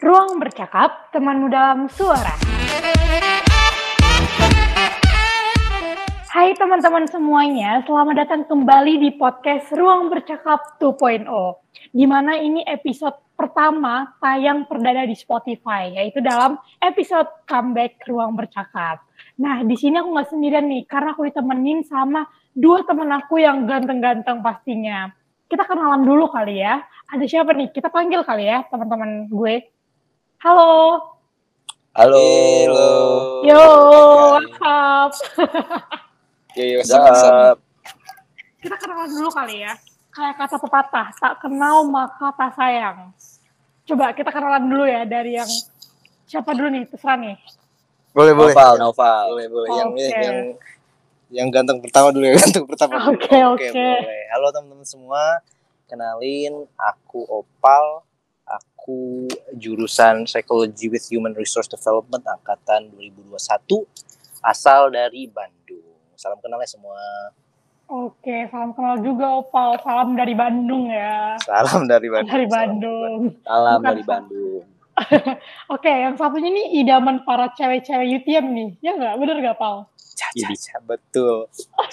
Ruang Bercakap, temanmu dalam suara. Hai teman-teman semuanya, selamat datang kembali di podcast Ruang Bercakap 2.0. Di mana ini episode pertama tayang perdana di Spotify, yaitu dalam episode comeback Ruang Bercakap. Nah, di sini aku nggak sendirian nih, karena aku ditemenin sama dua teman aku yang ganteng-ganteng pastinya. Kita kenalan dulu kali ya. Ada siapa nih? Kita panggil kali ya teman-teman gue. Halo. Halo. Yo, what's up? Yo, what's up? Kita kenalan dulu kali ya. Kayak kata pepatah, tak kenal maka tak sayang. Coba kita kenalan dulu ya dari yang siapa dulu nih, terserah nih. Boleh. Noval. Boleh. Yang ganteng pertama dulu ya, Oke. Boleh. Halo teman-teman semua. Kenalin, aku Opal. Aku jurusan Psychology with Human Resource Development angkatan 2021, asal dari Bandung. Salam kenal ya semua. Oke, salam kenal juga Opal. Salam dari Bandung ya. Salam dari Bandung. Salam dari Bandung. Oke, yang satunya nih idaman para cewek-cewek UTM nih. Ya nggak? Bener nggak, Pal? Betul.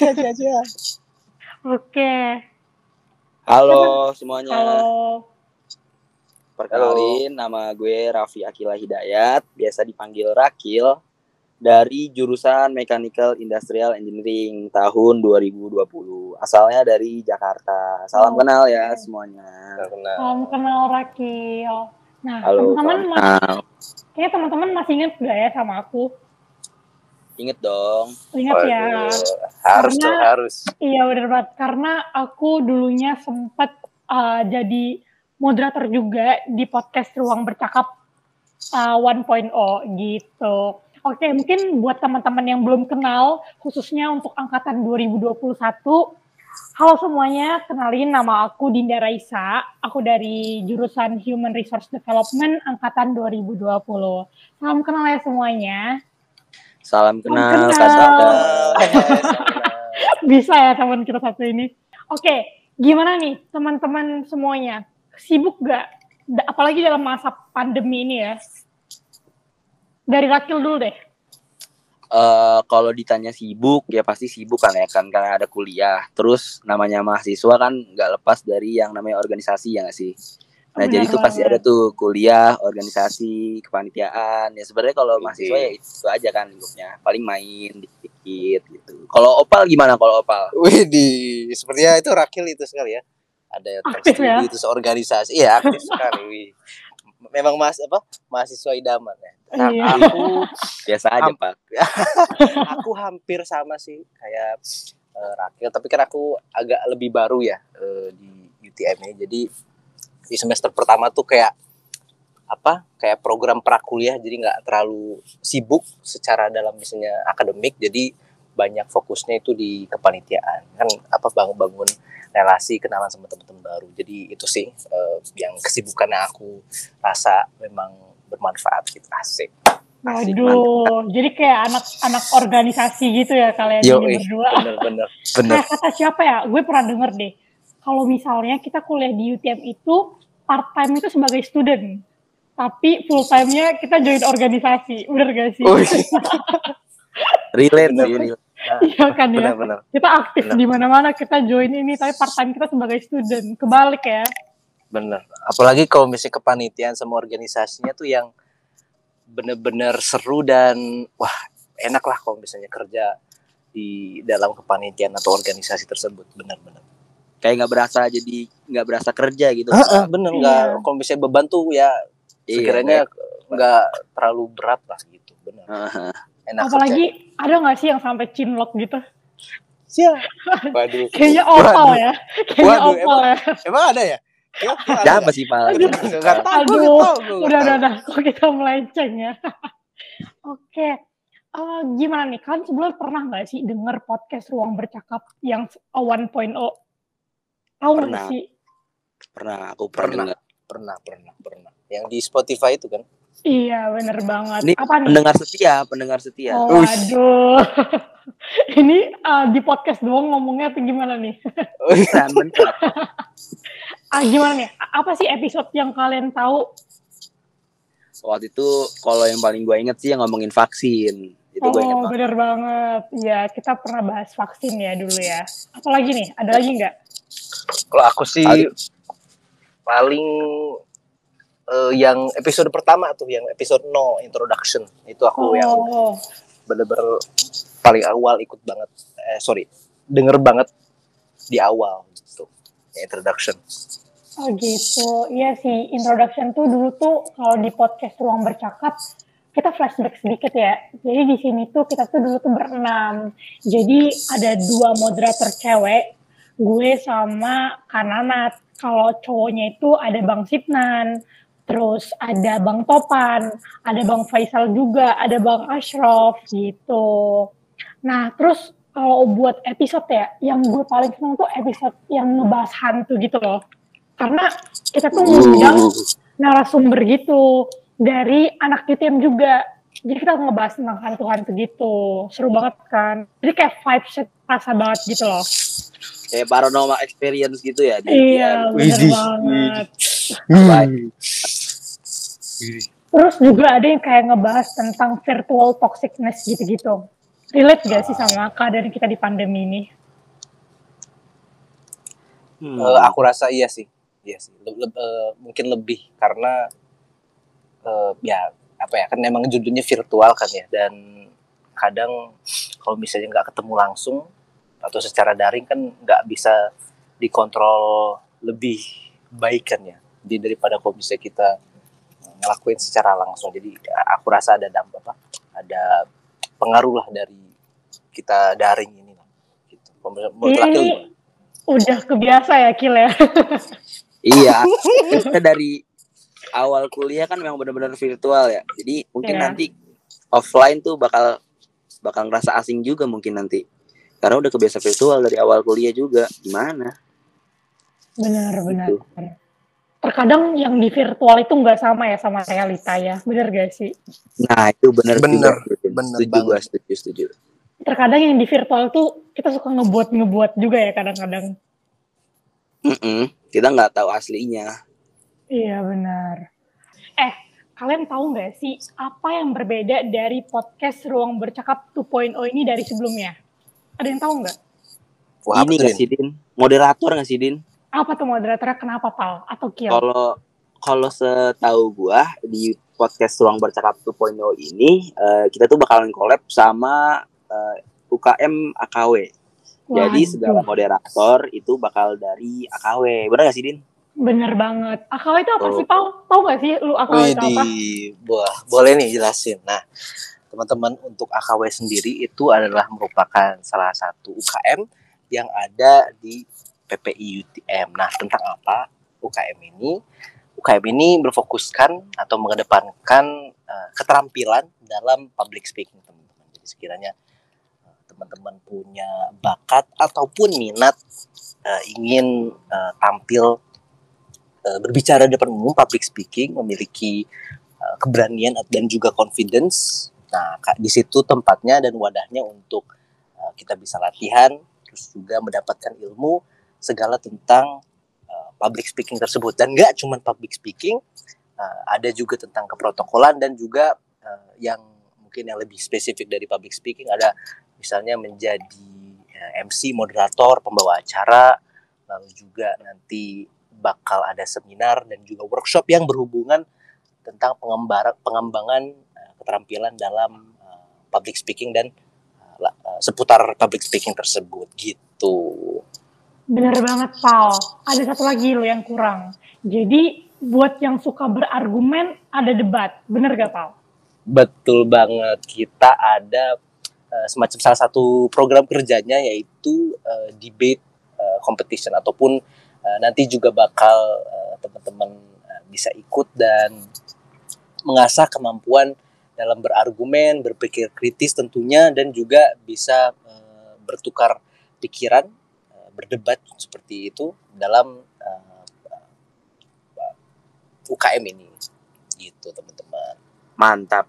Oke. Halo semuanya. Halo. Perkenalin, nama gue Raffi Akila Hidayat, biasa dipanggil Rakil, dari jurusan Mechanical Industrial Engineering tahun 2020. Asalnya dari Jakarta. Salam kenal ya semuanya. Salam kenal Rakil. Nah, Halo, kayaknya teman-teman masih ingat gak ya sama aku? Ingat dong. Ingat ya. Harus. Iya benar banget. Karena aku dulunya sempat jadi moderator juga di podcast Ruang Bercakap 1.0 gitu. Oke, mungkin buat teman-teman yang belum kenal, khususnya untuk angkatan 2021, halo semuanya, kenalin nama aku Dinda Raisa, aku dari jurusan Human Resource Development angkatan 2020. Salam kenal ya semuanya. Salam kenal. Bisa ya teman kita satu ini. Oke, gimana nih teman-teman semuanya? Sibuk gak? Apalagi dalam masa pandemi ini ya. Dari Rakil dulu deh. Kalau ditanya sibuk, ya pasti sibuk kan ya kan, karena ada kuliah. Terus namanya mahasiswa kan nggak lepas dari yang namanya organisasi ya nggak sih? Nah Benar jadi tuh pasti banget. ada tuh kuliah, organisasi, kepanitiaan. Ya sebenarnya kalau mahasiswa ya itu aja kan lingkupnya. Paling main dikit gitu. Kalau Opal gimana kalau Opal? Widih, sepertinya itu Rakil itu sekali ya. Ada Aktif ya? itu organisasi. Iya, aktif sekali. Wih. Memang mahasiswa idaman ya. Iya. Aku Biasa aja Pak. aku hampir sama sih kayak Rakil, tapi kan aku agak lebih baru ya di UTM-nya. Jadi di semester pertama tuh kayak program prakuliah, jadi nggak terlalu sibuk secara dalam misalnya akademik, jadi banyak fokusnya itu di kepanitiaan kan, bangun relasi, kenalan sama teman-teman baru. Jadi itu sih yang kesibukannya aku rasa memang bermanfaat gitu. Asik. Waduh, jadi kayak anak organisasi gitu ya kalian ini berdua. Bener. Kayak kata siapa ya? Gue pernah denger deh. Kalau misalnya kita kuliah di UTM itu part time itu sebagai student, tapi full time-nya kita join organisasi. Bener gak sih? Relate. Iya kan ya. Bener. Kita aktif di mana-mana, kita join ini, tapi part time kita sebagai student. Kebalik ya. Bener. Apalagi kalau misalnya kepanitiaan sama organisasinya tuh yang bener-bener seru dan wah enak lah kalau misalnya kerja di dalam kepanitiaan atau organisasi tersebut. Bener-bener. Kayak nggak berasa kerja gitu. Bener, nggak. Kalau misalnya beban tuh ya sekiranya nggak terlalu berat lah gitu. Bener. Enak. Apalagi kerja. Ada nggak sih yang sampai chinlock gitu? Siap. Waduh. Kayaknya Opal ya. Emang ada ya? Siapa sih Pak? Aduh, udah. Kok kita melenceng ya? Oke. Gimana nih? Kalian sebelumnya pernah nggak sih denger podcast Ruang Bercakap yang 1.0? Tahu nggak sih? Pernah, aku pernah. Yang di Spotify itu kan? Iya, bener banget. Ini apa pendengar setia. Oh, waduh. Ini di podcast doang ngomongnya atau gimana nih? Bener. Gimana nih? Apa sih episode yang kalian tahu Waktu itu kalau yang paling gue inget sih yang ngomongin vaksin. Itu gue inget banget. Bener banget. Ya, kita pernah bahas vaksin ya dulu ya. Apalagi nih? Ada lagi nggak? Kalau aku sih paling yang episode pertama tuh, yang episode no introduction. Itu aku yang bener-bener paling awal ikut banget. Denger banget di awal gitu. Introduction. Oh gitu, iya sih, introduction tuh dulu tuh kalau di podcast Ruang Bercakap, kita flashback sedikit ya. Jadi di sini tuh kita tuh dulu tuh berenam. Jadi ada 2 moderator cewek, gue sama Kananat. Kalau cowoknya itu ada Bang Sipnan, terus ada Bang Topan, ada Bang Faisal juga, ada Bang Ashraf gitu. Nah terus kalau buat episode ya, yang gue paling seneng tuh episode yang ngebahas hantu gitu loh. Karena kita tuh ngundang narasumber gitu dari anak UTM juga. Jadi kita ngebahas tentang hantu-hantu gitu. Seru banget kan. Jadi kayak vibes rasa banget gitu loh. Kayak paranormal experience gitu ya. Iya, bener banget. Terus juga ada yang kayak ngebahas tentang virtual toxicness gitu-gitu. Relate gak sih sama keadaan kita di pandemi ini? Aku rasa iya sih. Mungkin lebih karena kan emang judulnya virtual kan ya, dan kadang kalau misalnya nggak ketemu langsung atau secara daring kan nggak bisa dikontrol lebih baik kan ya, daripada kalau misalnya kita ngelakuin secara langsung. Jadi aku rasa ada pengaruh lah dari kita daring ini lah. Gitu. Menurut Akil gimana? Udah kebiasa ya Kil ya. Iya, kita dari awal kuliah kan memang benar-benar virtual ya. Jadi mungkin nanti offline tuh bakal ngerasa asing juga mungkin nanti. Karena udah kebiasa virtual dari awal kuliah juga. Gimana? Benar. Gitu. Terkadang yang di virtual itu nggak sama ya sama realita ya. Benar gak sih? Nah, itu benar. Setuju. Terkadang yang di virtual tuh kita suka ngebuat juga ya kadang-kadang. Kita nggak tahu aslinya. Iya benar. Kalian tahu nggak sih apa yang berbeda dari podcast Ruang Bercakap 2.0 ini dari sebelumnya? Ada yang tahu nggak? Wah, ini nggak sih Din? Moderator nggak sih Din? Apa tuh moderatornya? Kenapa Pal? Atau Kiel? Kalau setahu gua di podcast Ruang Bercakap 2.0 ini kita tuh bakalan collab sama UKM AKW. Jadi segala moderator itu bakal dari AKW. Benar gak sih, Din? Bener banget. AKW itu apa sih, Pau? Tahu gak sih lu AKW itu apa? Boleh nih jelasin. Nah, teman-teman, untuk AKW sendiri itu adalah merupakan salah satu UKM yang ada di PPI UTM. Nah, tentang apa UKM ini? UKM ini berfokuskan atau mengedepankan keterampilan dalam public speaking, teman-teman. Jadi sekiranya teman-teman punya bakat ataupun minat ingin tampil berbicara di depan umum, public speaking, memiliki keberanian dan juga confidence. Nah, di situ tempatnya dan wadahnya untuk kita bisa latihan, terus juga mendapatkan ilmu segala tentang public speaking tersebut. Dan nggak cuma public speaking, ada juga tentang keprotokolan dan juga yang mungkin yang lebih spesifik dari public speaking, ada misalnya menjadi MC, moderator, pembawa acara, lalu juga nanti bakal ada seminar dan juga workshop yang berhubungan tentang pengembangan keterampilan dalam public speaking dan seputar public speaking tersebut gitu. Bener banget, Pal. Ada satu lagi lo yang kurang. Jadi buat yang suka berargumen ada debat, bener gak, Pal? Betul banget. Kita ada semacam salah satu program kerjanya yaitu debate competition, ataupun nanti juga bakal teman-teman bisa ikut dan mengasah kemampuan dalam berargumen, berpikir kritis tentunya, dan juga bisa bertukar pikiran, berdebat seperti itu dalam UKM ini gitu, teman-teman. Mantap.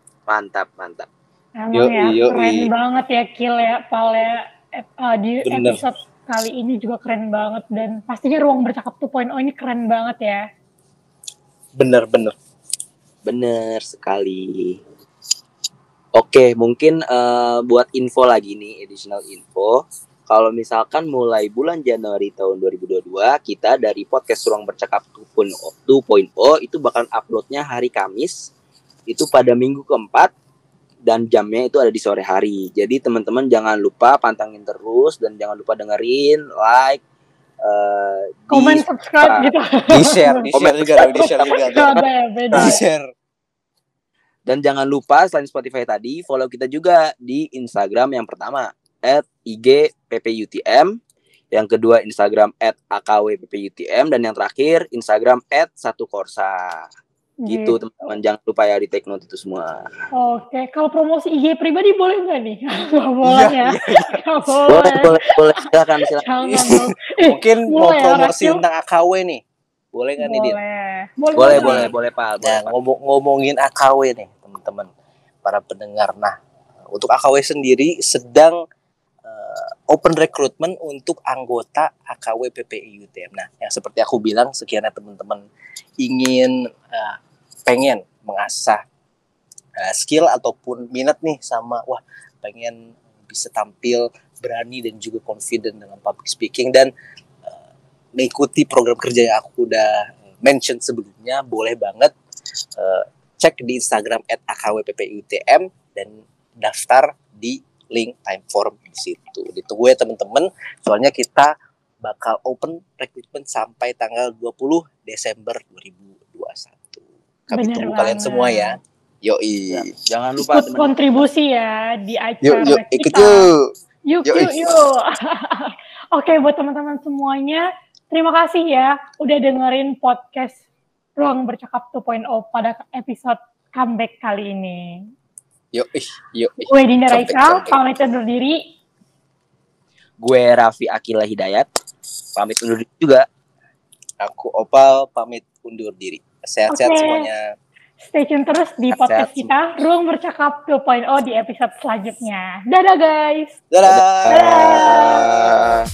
Emang keren banget ya Kil ya, Pal ya. Di episode kali ini juga keren banget, dan pastinya Ruang Bercakap 2.0 ini keren banget ya. Bener. Bener sekali. Oke, mungkin buat info lagi nih, additional info. Kalau misalkan mulai bulan Januari tahun 2022, kita dari podcast Ruang Bercakap 2.0 itu bakal uploadnya hari Kamis. Itu pada minggu keempat. Dan jamnya itu ada di sore hari. Jadi teman-teman jangan lupa pantangin terus. Dan jangan lupa dengerin, like, Comment, subscribe gitu. Di-share juga. Beda. Di-share. Dan jangan lupa selain Spotify tadi, follow kita juga di Instagram yang pertama @IGPPUTM, yang kedua Instagram @AKWPPUTM, dan yang terakhir Instagram @1korsa. Gitu teman-teman, jangan lupa ya di take note itu semua. Oke, kalau promosi IG pribadi boleh nggak nih? Nggak boleh ya? Nggak boleh. Boleh, silakan. Jangan dong. Mungkin mau boleh ya, promosi Rakil? tentang AKW nih. Boleh nggak nih, Din? Boleh Pak. Nah, ngomongin AKW nih, teman-teman, para pendengar. Nah, untuk AKW sendiri sedang open recruitment untuk anggota AKW PPI UTM. Nah, yang seperti aku bilang, sekiranya teman-teman ingin pengen mengasah skill ataupun minat nih sama pengen bisa tampil berani dan juga confident dalam public speaking dan mengikuti program kerja yang aku udah mention sebelumnya, boleh banget cek di Instagram @AKWPPIUTM dan daftar di link Timeform di situ. Ditunggu ya teman-teman, soalnya kita bakal open recruitment sampai tanggal 20 Desember 2021. Kami Bener tunggu banget. kalian semua ya. Yoi. Jangan lupa Ikut kontribusi ya di acara Yuk, kita. ikut yuk. Yuk. Oke, buat teman-teman semuanya, terima kasih ya udah dengerin podcast Ruang Bercakap 2.0 pada episode comeback kali ini. Yuk. Gue Dinda Raika, pamit undur diri. Gue Raffi Akila Hidayat, pamit undur diri juga. Aku Opal, pamit undur diri. Sehat-sehat semuanya. Stay tune terus di podcast kita, Ruang Bercakap 2.0 di episode selanjutnya. Dadah guys. Dadah.